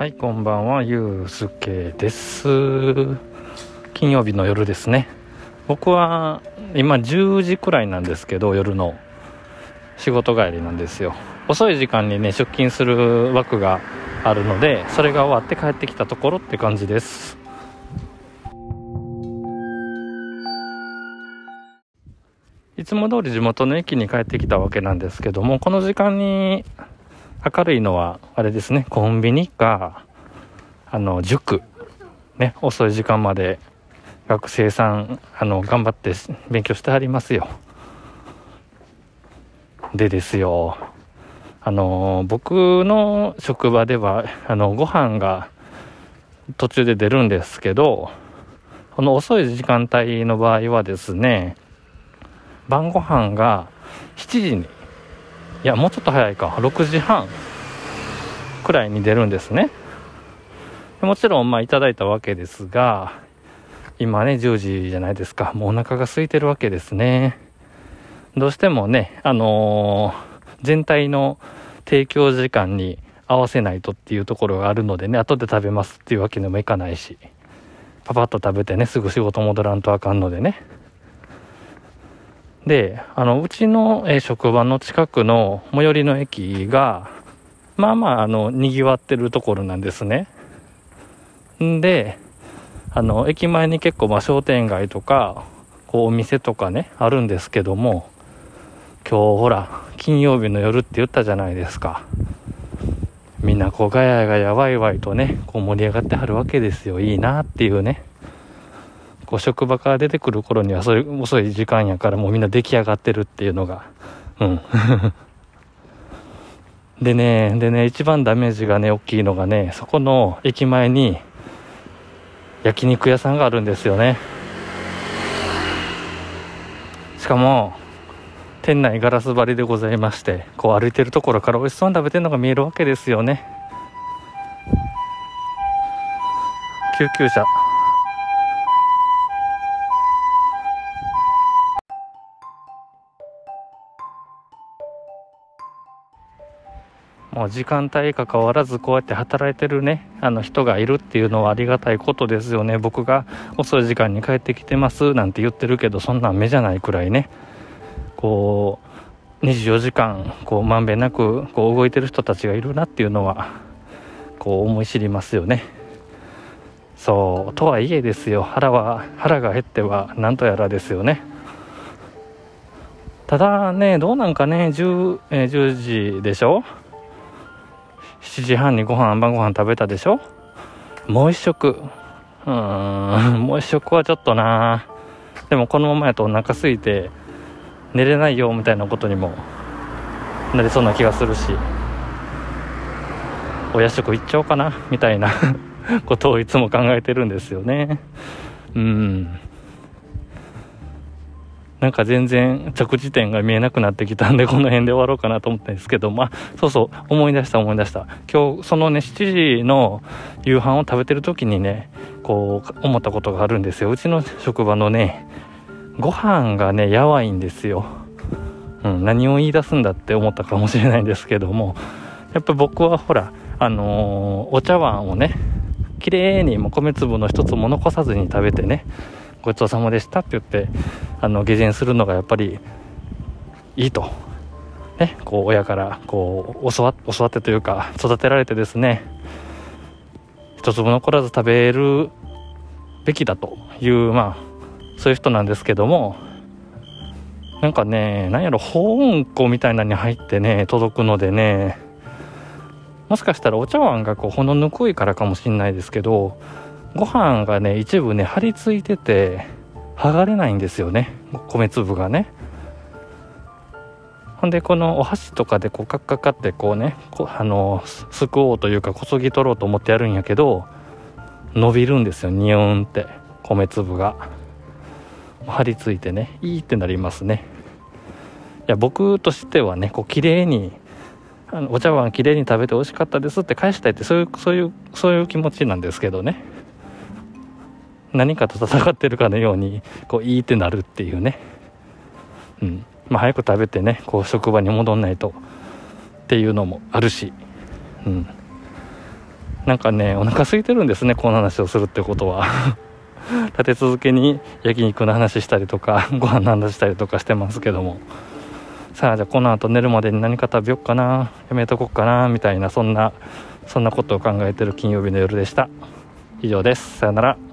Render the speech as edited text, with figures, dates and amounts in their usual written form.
はい、こんばんは、ゆうすけです。金曜日の夜ですね。僕は今10時くらいなんですけど、夜の仕事帰りなんですよ。遅い時間にね、出勤する枠があるので、それが終わって帰ってきたところって感じです。いつも通り地元の駅に帰ってきたわけなんですけども、この時間に明るいのはあれですね、コンビニか塾ね、遅い時間まで学生さん頑張って勉強してはりますよ。でですよ、僕の職場ではご飯が途中で出るんですけど、この遅い時間帯の場合はですね、晩ご飯が7時に、いやもうちょっと早いか、6時半くらいに出るんですね。もちろんいただいたわけですが、今ね10時じゃないですか。もうお腹が空いてるわけですね。どうしてもね全体の提供時間に合わせないとっていうところがあるのでね、後で食べますっていうわけにもいかないし、パパッと食べてねすぐ仕事戻らんとあかんのでね。でうちの職場の近くの最寄りの駅がにぎわってるところなんですね。で駅前に結構商店街とかお店とかねあるんですけども、今日ほら金曜日の夜って言ったじゃないですか。みんなガヤガヤワイワイとね盛り上がってはるわけですよ。いいなっていうね。職場から出てくる頃にはそういう遅い時間やから、もうみんな出来上がってるっていうのがでね一番ダメージがね大きいのがね、そこの駅前に焼肉屋さんがあるんですよね。しかも店内ガラス張りでございまして、歩いてるところから美味しそうに食べてるのが見えるわけですよね。救急車、もう時間帯か変わらずこうやって働いてるね人がいるっていうのはありがたいことですよね。僕が遅い時間に帰ってきてますなんて言ってるけど、そんなん目じゃないくらいね24時間まんべんなく動いてる人たちがいるなっていうのは思い知りますよね。そうとはいえですよ、腹が減ってはなんとやらですよね。ただね、どうなんかね、10時でしょ。7時半に晩ご飯食べたでしょ。もう一食もう一食はちょっとな。でもこのままやとお腹空いて寝れないよみたいなことにもなりそうな気がするし、お夜食行っちゃおうかなみたいなことをいつも考えてるんですよね。なんか全然着地点が見えなくなってきたんで、この辺で終わろうかなと思ったんですけど、そう思い出した。今日そのね7時の夕飯を食べてる時にね思ったことがあるんですよ。うちの職場のねご飯がねやばいんですよ。何を言い出すんだって思ったかもしれないんですけども、やっぱ僕はほらお茶碗をねきれいに米粒の一つも残さずに食べてね、ごちそうさまでしたって言って下膳するのがやっぱりいいとね、親から教わってというか育てられてですね、一粒残らず食べるべきだというそういう人なんですけども、なんかね保温庫みたいなのに入ってね届くのでね、もしかしたらお茶碗がほのぬくいからかもしれないですけど、ご飯がね一部ね張り付いてて剥がれないんですよね、米粒がね。ほんでこのお箸とかでカッカッカってすくおうというかこそぎ取ろうと思ってやるんやけど、伸びるんですよ、ニューンって米粒が張り付いてね、いいってなりますね。いや僕としてはね綺麗にお茶碗綺麗に食べて美味しかったですって返したいって、そういう気持ちなんですけどね、何かと戦ってるかのようにいいってなるっていうね。早く食べてね職場に戻んないとっていうのもあるし、 なんかね、お腹空いてるんですね、この話をするってことは。立て続けに焼肉の話したりとか、ご飯の話したりとかしてますけども。さあ、じゃあこの後寝るまでに何か食べよっかな、やめとこっかな、みたいな、そんなことを考えてる金曜日の夜でした。以上です。さよなら。